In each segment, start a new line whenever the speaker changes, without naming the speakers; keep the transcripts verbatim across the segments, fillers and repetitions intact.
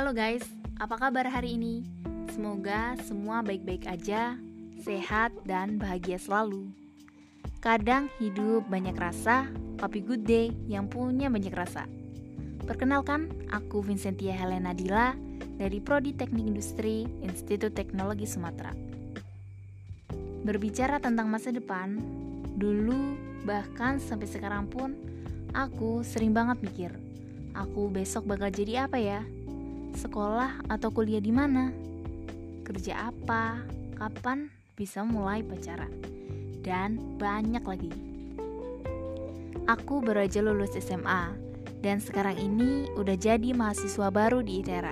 Halo guys, apa kabar hari ini? Semoga semua baik-baik aja, sehat dan bahagia selalu. Kadang hidup banyak rasa, tapi good day yang punya banyak rasa. Perkenalkan, aku Vincentia Helena Dila dari Prodi Teknik Industri, Institut Teknologi Sumatera. Berbicara tentang masa depan, dulu bahkan sampai sekarang pun aku sering banget mikir, aku besok bakal jadi apa ya? Sekolah atau kuliah di mana? Kerja apa? Kapan bisa mulai pacaran? Dan banyak lagi. Aku baru aja lulus S M A dan sekarang ini udah jadi mahasiswa baru di ITERA.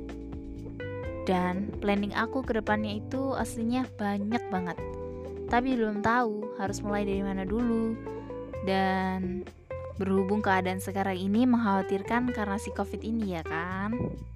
Dan planning aku ke depannya itu aslinya banyak banget. Tapi belum tahu harus mulai dari mana dulu. Dan berhubung keadaan sekarang ini mengkhawatirkan karena si Covid ini ya kan.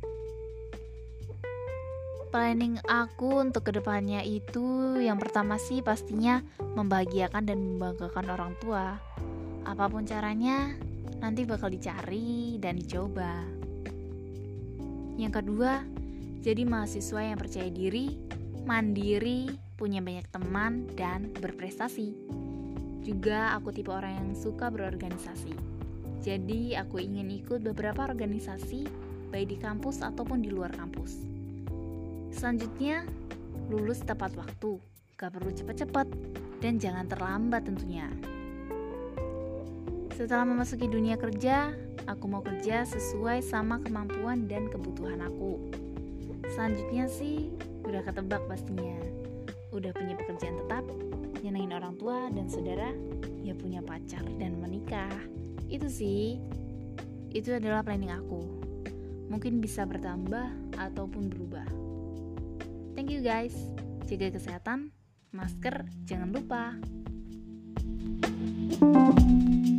Planning aku untuk kedepannya itu yang pertama sih pastinya membahagiakan dan membanggakan orang tua. Apapun caranya nanti bakal dicari dan dicoba. Yang kedua, jadi mahasiswa yang percaya diri, mandiri, punya banyak teman dan berprestasi. Juga aku tipe orang yang suka berorganisasi. Jadi aku ingin ikut beberapa organisasi baik di kampus ataupun di luar kampus. Selanjutnya, lulus tepat waktu, gak perlu cepat-cepat, dan jangan terlambat tentunya. Setelah memasuki dunia kerja, aku mau kerja sesuai sama kemampuan dan kebutuhan aku. Selanjutnya sih, udah ketebak pastinya. Udah punya pekerjaan tetap, nyenengin orang tua dan saudara, ya punya pacar dan menikah. Itu sih, itu adalah planning aku. Mungkin bisa bertambah ataupun berubah. Thank you guys. Jaga kesehatan, masker jangan lupa.